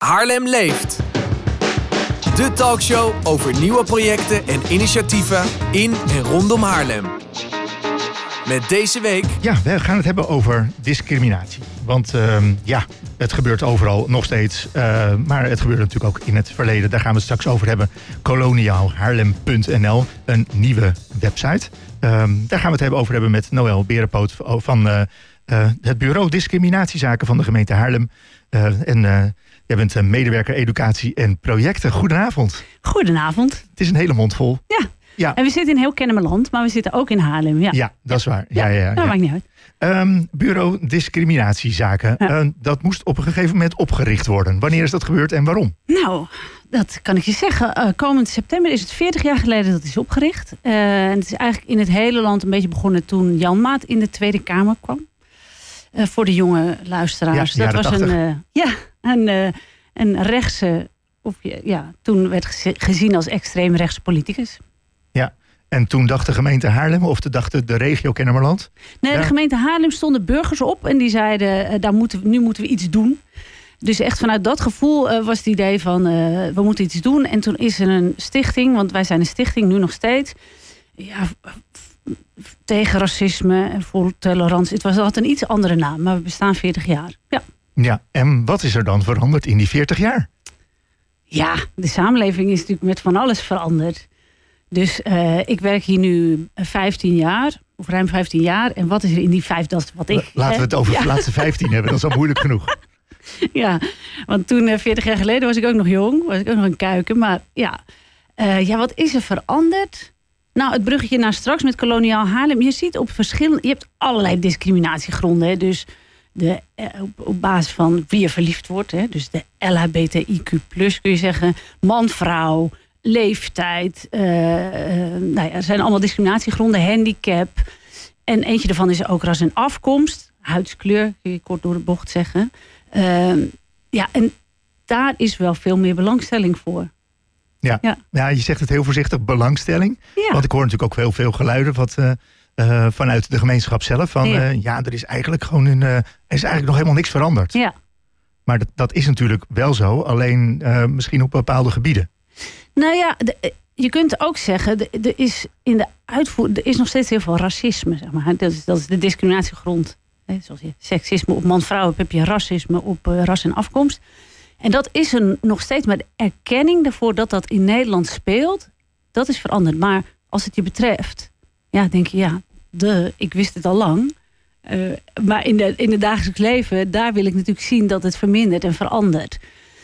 Haarlem leeft. De talkshow over nieuwe projecten en initiatieven in en rondom Haarlem. Met deze week... Ja, we gaan het hebben over discriminatie. Want het gebeurt overal nog steeds. Maar het gebeurt natuurlijk ook in het verleden. Daar gaan we het straks over hebben. koloniaalhaarlem.nl, een nieuwe website. Daar gaan we het over hebben met Noël Berenpoot van het bureau Discriminatiezaken van de gemeente Haarlem. Jij bent medewerker educatie en projecten. Goedenavond. Goedenavond. Het is een hele mond vol. Ja. En we zitten in heel Kennemerland, maar we zitten ook in Haarlem. Ja, dat is waar. Ja. Dat maakt niet uit. Bureau Discriminatiezaken. Dat moest op een gegeven moment opgericht worden. Wanneer is dat gebeurd en waarom? Nou, dat kan ik je zeggen. Komend september is het 40 jaar geleden dat het is opgericht. En het is eigenlijk in het hele land een beetje begonnen toen Jan Maat in de Tweede Kamer kwam. Voor de jonge luisteraars. Ja, dat was een rechtse, toen werd gezien als extreem rechtse politicus. Ja, en toen dacht de gemeente Haarlem of dacht de regio Kennemerland? Nee, de gemeente Haarlem stonden burgers op en die zeiden, nu moeten we iets doen. Dus echt vanuit dat gevoel was het idee van, we moeten iets doen. En toen is er een stichting, want wij zijn een stichting, nu nog steeds, tegen racisme en voor tolerantie. Het had een iets andere naam, maar we bestaan 40 jaar. Ja, en wat is er dan veranderd in die 40 jaar? Ja, de samenleving is natuurlijk met van alles veranderd. Dus ik werk hier nu 15 jaar, of ruim 15 jaar. En wat is er in die dat is wat ik... Laten we het over de laatste 15 hebben, dat is al moeilijk genoeg. Ja, want toen 40 jaar geleden was ik ook nog jong, was ik ook nog een kuiken. Maar wat is er veranderd? Nou, het bruggetje naar straks met Koloniaal Haarlem. Je ziet op verschillende... Je hebt allerlei discriminatiegronden. Hè? Dus op basis van wie je verliefd wordt. Hè? Dus de LHBTIQ+, kun je zeggen. Man, vrouw, leeftijd. Er zijn allemaal discriminatiegronden. Handicap. En eentje daarvan is ook ras en afkomst. Huidskleur, kun je kort door de bocht zeggen. En daar is wel veel meer belangstelling voor. Ja, je zegt het heel voorzichtig, belangstelling. Ja. Want ik hoor natuurlijk ook heel veel geluiden vanuit de gemeenschap zelf. Er is eigenlijk nog helemaal niks veranderd. Ja. Maar dat is natuurlijk wel zo, alleen misschien op bepaalde gebieden. Nou ja, je kunt ook zeggen, er is nog steeds heel veel racisme. Zeg maar. Dat is de discriminatiegrond. Zoals je seksisme op man-vrouw hebt, heb je racisme op ras en afkomst. En dat is er nog steeds, maar de erkenning ervoor dat dat in Nederland speelt, dat is veranderd. Maar als het je betreft, denk je, ik wist het al lang. Maar in het dagelijks leven, daar wil ik natuurlijk zien dat het vermindert en verandert.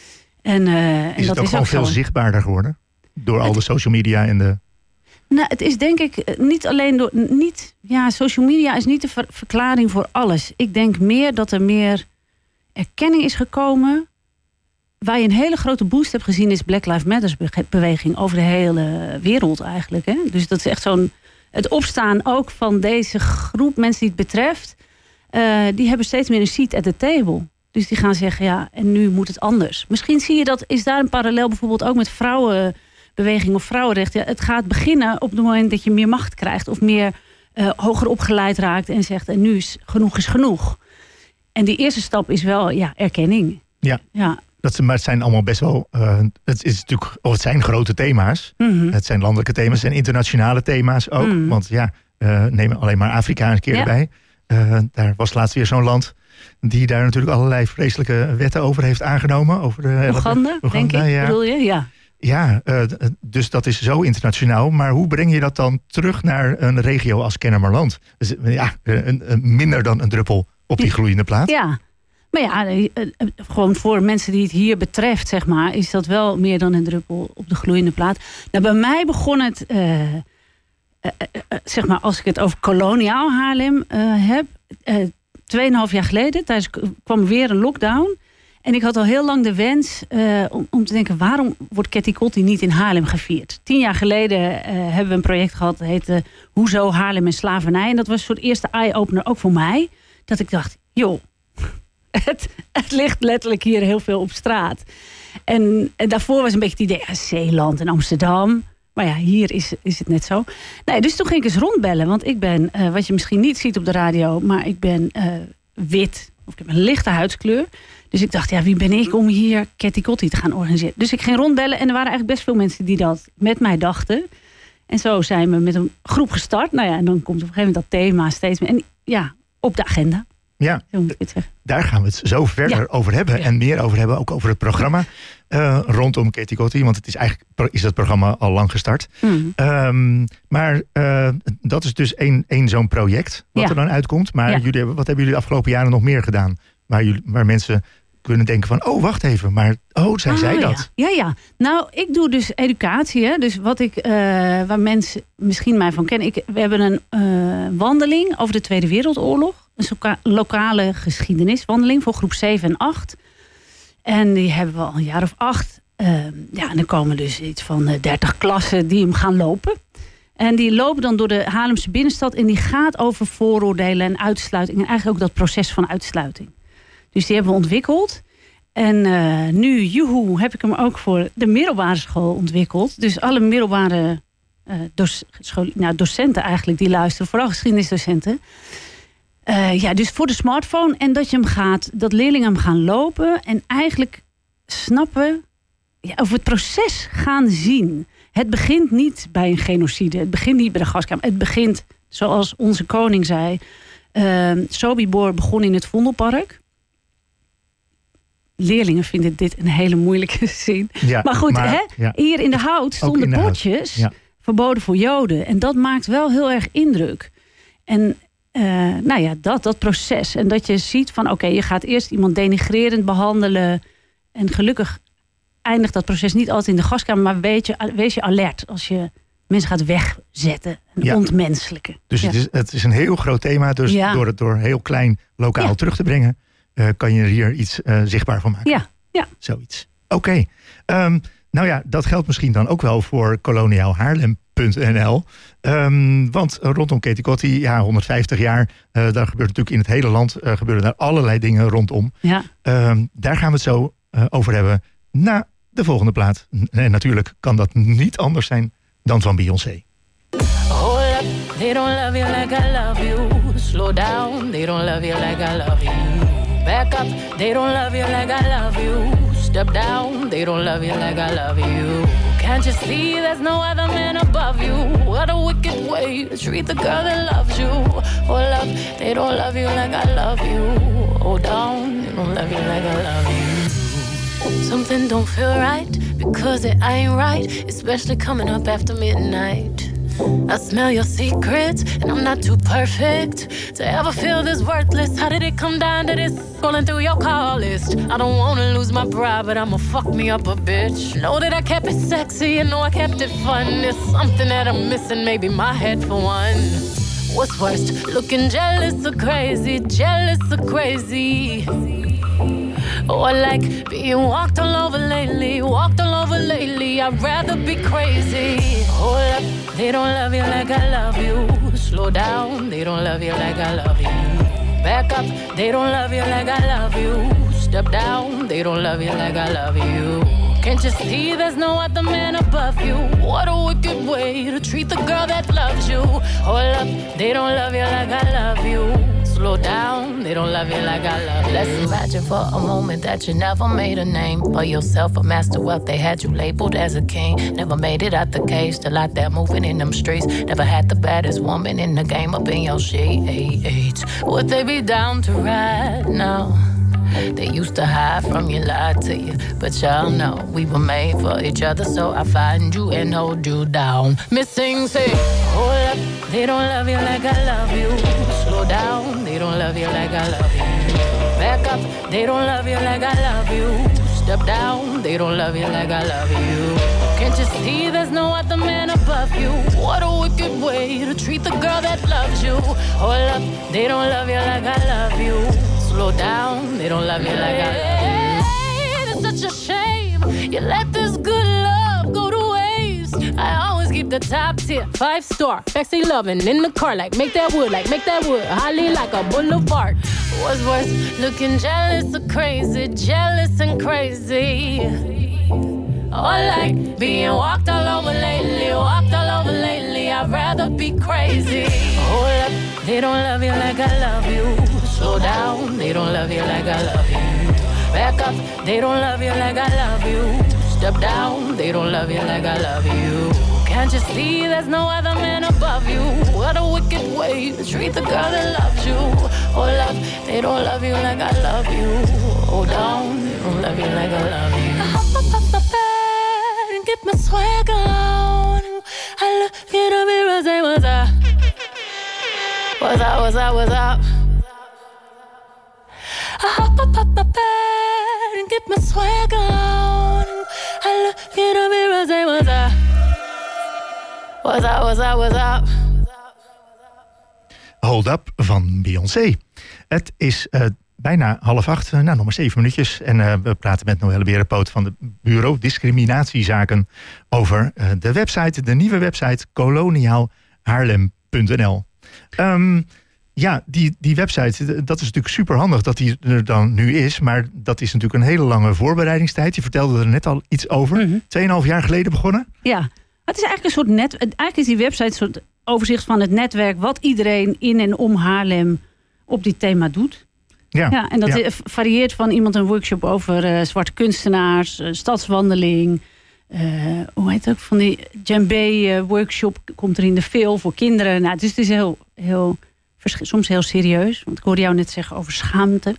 Is het ook gewoon veel zichtbaarder geworden? Door al de social media en de... Nou, het is denk ik niet alleen door... social media is niet de verklaring voor alles. Ik denk meer dat er meer erkenning is gekomen. Waar je een hele grote boost hebt gezien is Black Lives Matter beweging over de hele wereld eigenlijk. Hè? Dus dat is echt het opstaan ook van deze groep mensen die het betreft. Die hebben steeds meer een seat at the table. Dus die gaan zeggen, en nu moet het anders. Misschien zie je is daar een parallel bijvoorbeeld ook met vrouwenbeweging of vrouwenrecht. Ja, het gaat beginnen op het moment dat je meer macht krijgt of meer hoger opgeleid raakt en zegt, en nu is genoeg. En die eerste stap is wel, erkenning. Ja. Maar het zijn allemaal best wel... het zijn grote thema's. Mm-hmm. Het zijn landelijke thema's en internationale thema's ook. Mm-hmm. Want neem alleen maar Afrika een keer erbij. Daar was laatst weer zo'n land die daar natuurlijk allerlei vreselijke wetten over heeft aangenomen. Over Oeganda, denk ik, bedoel je? Ja. Ja, dus dat is zo internationaal. Maar hoe breng je dat dan terug naar een regio als Kennemerland? Dus, minder dan een druppel op die gloeiende plaat. Ja. Maar gewoon voor mensen die het hier betreft, zeg maar, is dat wel meer dan een druppel op de gloeiende plaat. Nou, bij mij begon het, zeg maar, als ik het over Koloniaal Haarlem heb, 2,5 jaar geleden, tijdens kwam weer een lockdown. En ik had al heel lang de wens om te denken, waarom wordt Ketty Kotti niet in Haarlem gevierd? 10 jaar geleden hebben we een project gehad, dat heette Hoezo Haarlem en slavernij. En dat was een soort eerste eye-opener, ook voor mij. Dat ik dacht, het ligt letterlijk hier heel veel op straat. En daarvoor was een beetje het idee, Zeeland en Amsterdam. Maar hier is het net zo. Nee, dus toen ging ik eens rondbellen. Want ik ben, wat je misschien niet ziet op de radio, maar ik ben wit. Of ik heb een lichte huidskleur. Dus ik dacht, wie ben ik om hier Ketty Kotti te gaan organiseren? Dus ik ging rondbellen en er waren eigenlijk best veel mensen die dat met mij dachten. En zo zijn we met een groep gestart. Nou ja, en dan komt op een gegeven moment dat thema steeds meer. En ja, op de agenda. Ja, zo moet ik het zeggen. Daar gaan we het zo verder over hebben. En meer over hebben, ook over het programma rondom Ketty Kotti. Want het is eigenlijk het programma al lang gestart. Maar dat is dus één zo'n project wat er dan uitkomt. Maar wat hebben jullie de afgelopen jaren nog meer gedaan? Waar mensen kunnen denken van, oh, wacht even, maar zijn zij dat? Ja. Nou, ik doe dus educatie. Hè? Dus waar mensen misschien mij van kennen. We hebben een wandeling over de Tweede Wereldoorlog. Een lokale geschiedeniswandeling voor groep 7 en 8. En die hebben we al een jaar of 8. En dan komen dus iets van 30 klassen die hem gaan lopen. En die lopen dan door de Haarlemse binnenstad. En die gaat over vooroordelen en uitsluiting. En eigenlijk ook dat proces van uitsluiting. Dus die hebben we ontwikkeld. En nu, heb ik hem ook voor de middelbare school ontwikkeld. Dus alle middelbare docenten eigenlijk die luisteren. Vooral geschiedenisdocenten. Dus voor de smartphone. En dat leerlingen hem gaan lopen. En eigenlijk snappen. Of het proces gaan zien. Het begint niet bij een genocide. Het begint niet bij de gaskamer. Het begint, zoals onze koning zei. Sobibor begon in het Vondelpark. Leerlingen vinden dit een hele moeilijke zin. Ja, maar goed, hier in de Hout stonden bordjes. Ja. Verboden voor Joden. En dat maakt wel heel erg indruk. En dat proces. En dat je ziet van je gaat eerst iemand denigrerend behandelen. En gelukkig eindigt dat proces niet altijd in de gaskamer. Maar wees je alert als je mensen gaat wegzetten. En ontmenselijken. Dus het is een heel groot thema. Dus door het door heel klein lokaal terug te brengen. Kan je er hier iets zichtbaar van maken. Ja. Zoiets. Oké. Dat geldt misschien dan ook wel voor koloniaalhaarlem.nl. Want rondom Ketty Kotti, 150 jaar, daar gebeurt natuurlijk in het hele land gebeuren daar allerlei dingen rondom. Ja. Daar gaan we het zo over hebben na de volgende plaat. En natuurlijk kan dat niet anders zijn dan van Beyoncé. Hold up, they don't love you like I love you. Slow down, they don't love you like I love you. Back up, they don't love you like I love you. Step down, they don't love you like I love you. Can't you see there's no other man above you? What a wicked way to treat the girl that loves you. Hold up, they don't love you like I love you. Hold down, they don't love you like I love you. Something don't feel right, because it ain't right, especially coming up after midnight. I smell your secrets, and I'm not too perfect to ever feel this worthless. How did it come down to this? Scrolling through your call list. I don't wanna lose my pride, but I'ma fuck me up a bitch. Know that I kept it sexy, and know I kept it fun. There's something that I'm missing, maybe my head for one. What's worst, looking jealous or crazy, jealous or crazy? Or like being walked all over lately, I'd rather be crazy. Hold up, they don't love you like I love you. Slow down, they don't love you like I love you. Back up, they don't love you like I love you. Step down, they don't love you like I love you. Can't you see there's no other man above you? What a wicked way to treat the girl that loves you. Hold up, they don't love you like I love you. Slow down, they don't love you like I love you. Let's imagine for a moment that you never made a name for yourself, a master wealth. They had you labeled as a king. Never made it out the cage, still out there moving in them streets. Never had the baddest woman in the game up in your shades. Would they be down to ride now? They used to hide from you, lied to you, but y'all know we were made for each other, so I find you and hold you down. Missing say, hold up, they don't love you like I love you. Slow down, they don't love you like I love you. Back up, they don't love you like I love you. Step down, they don't love you like I love you. Can't you see there's no other man above you? What a wicked way to treat the girl that loves you. Hold up, they don't love you like I love you. Slow down, they don't love you like I love you. It's such a shame you let this good love go to waste. I always keep the top tier, 5-star, sexy loving in the car, like make that wood, holly like a boulevard. What's worse, looking jealous or crazy, jealous and crazy. Or like being walked all over lately, I'd rather be crazy. Hold up, they don't love you like I love you. Slow down, they don't love you like I love you. Back up, they don't love you like I love you. Step down, they don't love you like I love you. Can't you see there's no other man above you? What a wicked way to treat the girl that loves you. Oh love, they don't love you like I love you. Oh down, they don't love you like I love you. I hop up my bed and get my swag on. I look in the mirror, say what's up? What's up, what's up, what's up? I hop up my bed and get my swag on. I look in the mirror, say what's up? What's up, what's up, what's up? Hold Up van Beyoncé. Het is bijna 7:30, nog maar 7 minuutjes. En we praten met Noelle Berenpoot van het Bureau Discriminatiezaken over de nieuwe website koloniaalhaarlem.nl. Ja, die website, dat is natuurlijk super handig dat die er dan nu is. Maar dat is natuurlijk een hele lange voorbereidingstijd. Je vertelde er net al iets over. 2,5 jaar geleden begonnen. Ja, het is eigenlijk een soort eigenlijk is die website een soort overzicht van het netwerk wat iedereen in en om Haarlem op dit thema doet. Ja, en dat varieert van iemand een workshop over zwarte kunstenaars, stadswandeling. Hoe heet het ook? Van die djembe workshop komt er in de veel voor kinderen. Nou, dus het is heel soms heel serieus. Want ik hoorde jou net zeggen over schaamte.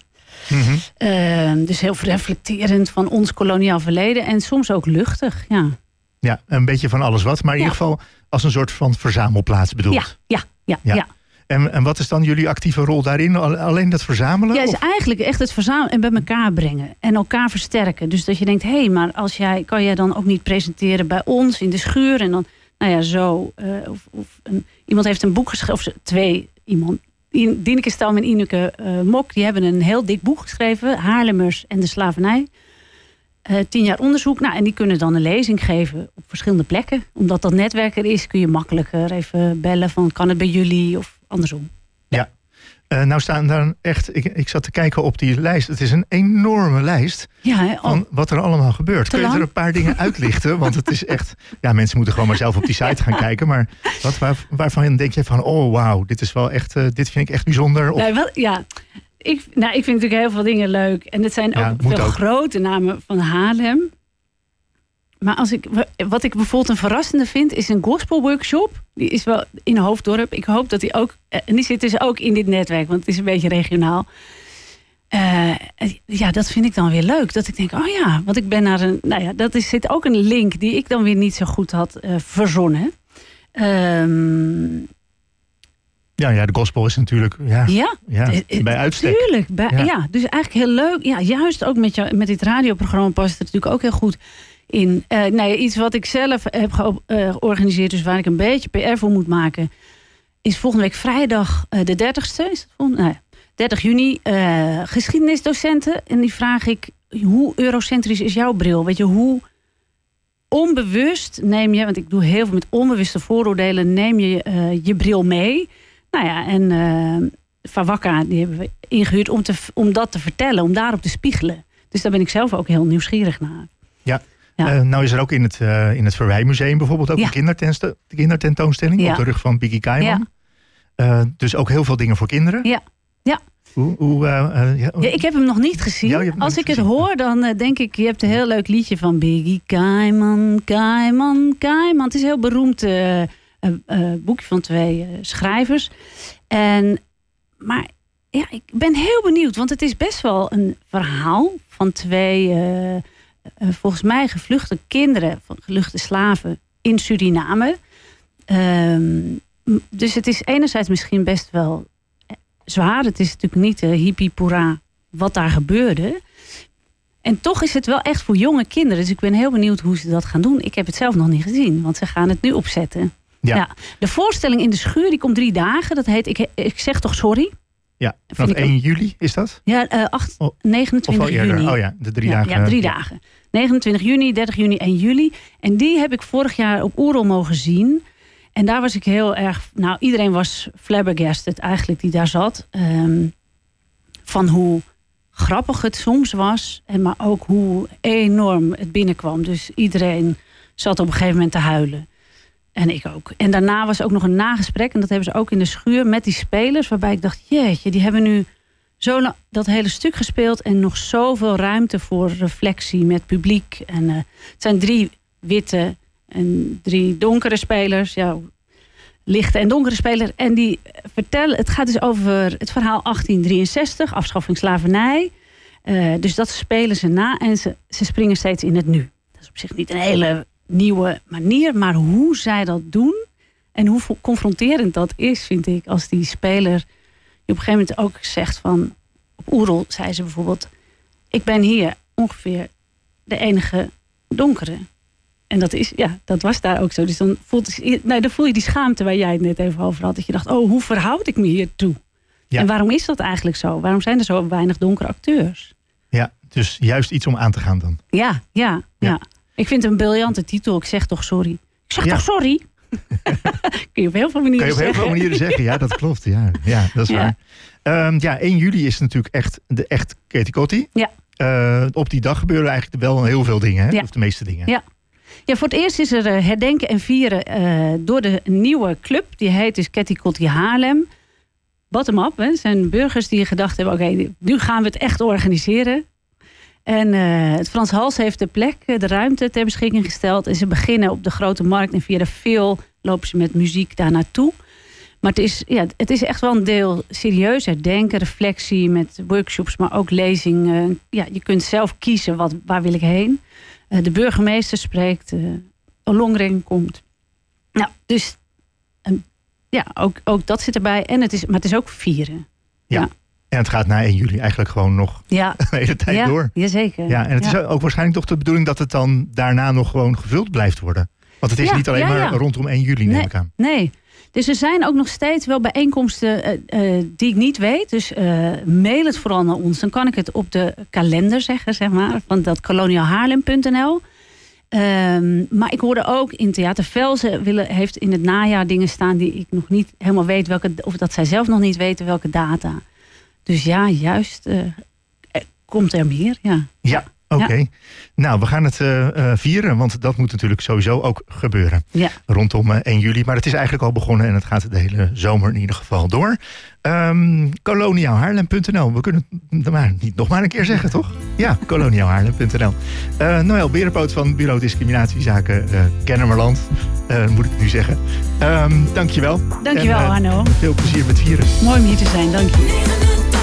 Dus heel reflecterend van ons koloniaal verleden. En soms ook luchtig, ja. Ja, een beetje van alles wat. Maar in ieder geval als een soort van verzamelplaats bedoeld. Ja. En wat is dan jullie actieve rol daarin? Alleen dat verzamelen? Ja, het is eigenlijk echt het verzamelen en bij elkaar brengen. En elkaar versterken. Dus dat je denkt, hé, maar kan jij dan ook niet presenteren bij ons in de schuur? En dan, nou ja, zo. Iemand heeft een boek geschreven, of twee, iemand. Dineke Stam en Ineke Mok, die hebben een heel dik boek geschreven. Haarlemmers en de slavernij. 10 jaar onderzoek. Nou, en die kunnen dan een lezing geven op verschillende plekken. Omdat dat netwerk er is, kun je makkelijker even bellen van kan het bij jullie of andersom. Ja. Nou staan daar echt, ik zat te kijken op die lijst. Het is een enorme lijst van wat er allemaal gebeurt. Kun je er een paar dingen uitlichten? Want het is echt, ja, mensen moeten gewoon maar zelf op die site gaan kijken. Maar waarvan denk je van, oh wauw, dit is wel echt, dit vind ik echt bijzonder. Of... Ik vind natuurlijk heel veel dingen leuk. En het zijn ook veel grote namen van Haarlem. Maar wat ik bijvoorbeeld een verrassende vind, is een gospelworkshop. Die is wel in Hoofddorp. Ik hoop dat die ook, en die zit dus ook in dit netwerk, want het is een beetje regionaal. Dat vind ik dan weer leuk. Dat ik denk, want ik ben naar zit ook een link die ik dan weer niet zo goed had verzonnen. Ja, de gospel is natuurlijk bij uitstek. Tuurlijk. Dus eigenlijk heel leuk. Ja, juist ook met dit radioprogramma past het natuurlijk ook heel goed in. Iets wat ik zelf heb georganiseerd, dus waar ik een beetje PR voor moet maken, is volgende week vrijdag de 30ste. Is het 30 juni. Geschiedenisdocenten. En die vraag ik, hoe eurocentrisch is jouw bril? Weet je, hoe onbewust neem je, want ik doe heel veel met onbewuste vooroordelen, neem je je bril mee. Nou ja, en Fawakka, die hebben we ingehuurd om dat te vertellen, om daarop te spiegelen. Dus daar ben ik zelf ook heel nieuwsgierig naar. Ja. Nou is er ook in het Verwijmuseum bijvoorbeeld ook een kindertentoonstelling op de rug van Biggie Kaiman. Dus ook heel veel dingen voor kinderen. Ja. Ik heb hem nog niet gezien. Als ik het hoor, dan denk ik, je hebt een heel leuk liedje van Biggie Kaiman. Het is een heel beroemd boekje van 2 schrijvers. Maar ik ben heel benieuwd, want het is best wel een verhaal van 2 volgens mij gevluchte kinderen, van gevluchte slaven in Suriname. Dus het is enerzijds misschien best wel zwaar. Het is natuurlijk niet hippie poera wat daar gebeurde. En toch is het wel echt voor jonge kinderen. Dus ik ben heel benieuwd hoe ze dat gaan doen. Ik heb het zelf nog niet gezien, want ze gaan het nu opzetten. Ja. De voorstelling in de schuur, die komt 3 dagen. Dat heet Ik zeg toch sorry? Ja, vanaf 1 juli is dat? Ja, 29 juni. Oh ja, de 3 dagen. Ja, 3 dagen. 29 juni, 30 juni en juli. En die heb ik vorig jaar op Oerol mogen zien. En daar was ik heel erg... Nou, iedereen was flabbergasted eigenlijk die daar zat. Van hoe grappig het soms was. Maar ook hoe enorm het binnenkwam. Dus iedereen zat op een gegeven moment te huilen. En ik ook. En daarna was ook nog een nagesprek. En dat hebben ze ook in de schuur met die spelers. Waarbij ik dacht, jeetje, die hebben nu dat hele stuk gespeeld en nog zoveel ruimte voor reflectie met publiek. En het zijn 3 witte en 3 donkere spelers. Ja, lichte en donkere spelers. En die vertellen, het gaat dus over het verhaal 1863, afschaffing slavernij. Dus dat spelen ze na en ze springen steeds in het nu. Dat is op zich niet een hele nieuwe manier, maar hoe zij dat doen en hoe confronterend dat is, vind ik, als die speler die op een gegeven moment ook zegt van, op Oerol zei ze bijvoorbeeld, ik ben hier ongeveer de enige donkere. En dat was daar ook zo. Dus dan voel je die schaamte waar jij het net even over had. Dat je dacht, hoe verhoud ik me hier toe? Ja. En waarom is dat eigenlijk zo? Waarom zijn er zo weinig donkere acteurs? Ja, dus juist iets om aan te gaan dan. Ja. Ik vind het een briljante titel. Ik zeg toch sorry. Ik zeg toch sorry? Kun je op heel veel manieren zeggen. Ja, dat klopt. Ja, dat is waar. 1 juli is natuurlijk echt Katie Kotti. Ja. Op die dag gebeuren eigenlijk wel heel veel dingen. Hè? Ja. Of de meeste dingen. Ja, voor het eerst is er herdenken en vieren door de nieuwe club. Die heet dus Katie Kotti Haarlem. Bottom-up. Het zijn burgers die gedacht hebben, oké, nu gaan we het echt organiseren. En het Frans Hals heeft de plek, de ruimte ter beschikking gesteld. En ze beginnen op de Grote Markt en via de Veel lopen ze met muziek daar naartoe. Maar het is echt wel een deel serieus herdenken, reflectie met workshops, maar ook lezingen. Je kunt zelf kiezen waar wil ik heen. De burgemeester spreekt, Ollongren komt. Nou, dus ook dat zit erbij. Maar het is ook vieren. Ja. En het gaat na 1 juli eigenlijk gewoon nog de hele tijd door. Jazeker. Ja, en het is ook waarschijnlijk toch de bedoeling dat het dan daarna nog gewoon gevuld blijft worden. Want het is niet alleen maar rondom 1 juli, neem ik aan. Nee. Dus er zijn ook nog steeds wel bijeenkomsten die ik niet weet. Dus mail het vooral naar ons. Dan kan ik het op de kalender zeggen, zeg maar. Van dat kolonialhaarlem.nl. Maar ik hoorde ook in Theater Velzen heeft in het najaar dingen staan die ik nog niet helemaal weet of dat zij zelf nog niet weten welke data. Dus juist komt er meer. Ja, oké. Ja. Nou, we gaan het vieren, want dat moet natuurlijk sowieso ook gebeuren. Ja. Rondom 1 juli. Maar het is eigenlijk al begonnen en het gaat de hele zomer in ieder geval door. Kolonialhaarlem.nl. We kunnen het maar niet nog maar een keer zeggen, toch? Ja, kolonialhaarlem.nl. Noël Berenpoot van Bureau Discriminatiezaken Kennemerland. Moet ik het nu zeggen. Dankjewel. Dankjewel, Arno. Veel plezier met vieren. Mooi om hier te zijn, dank je.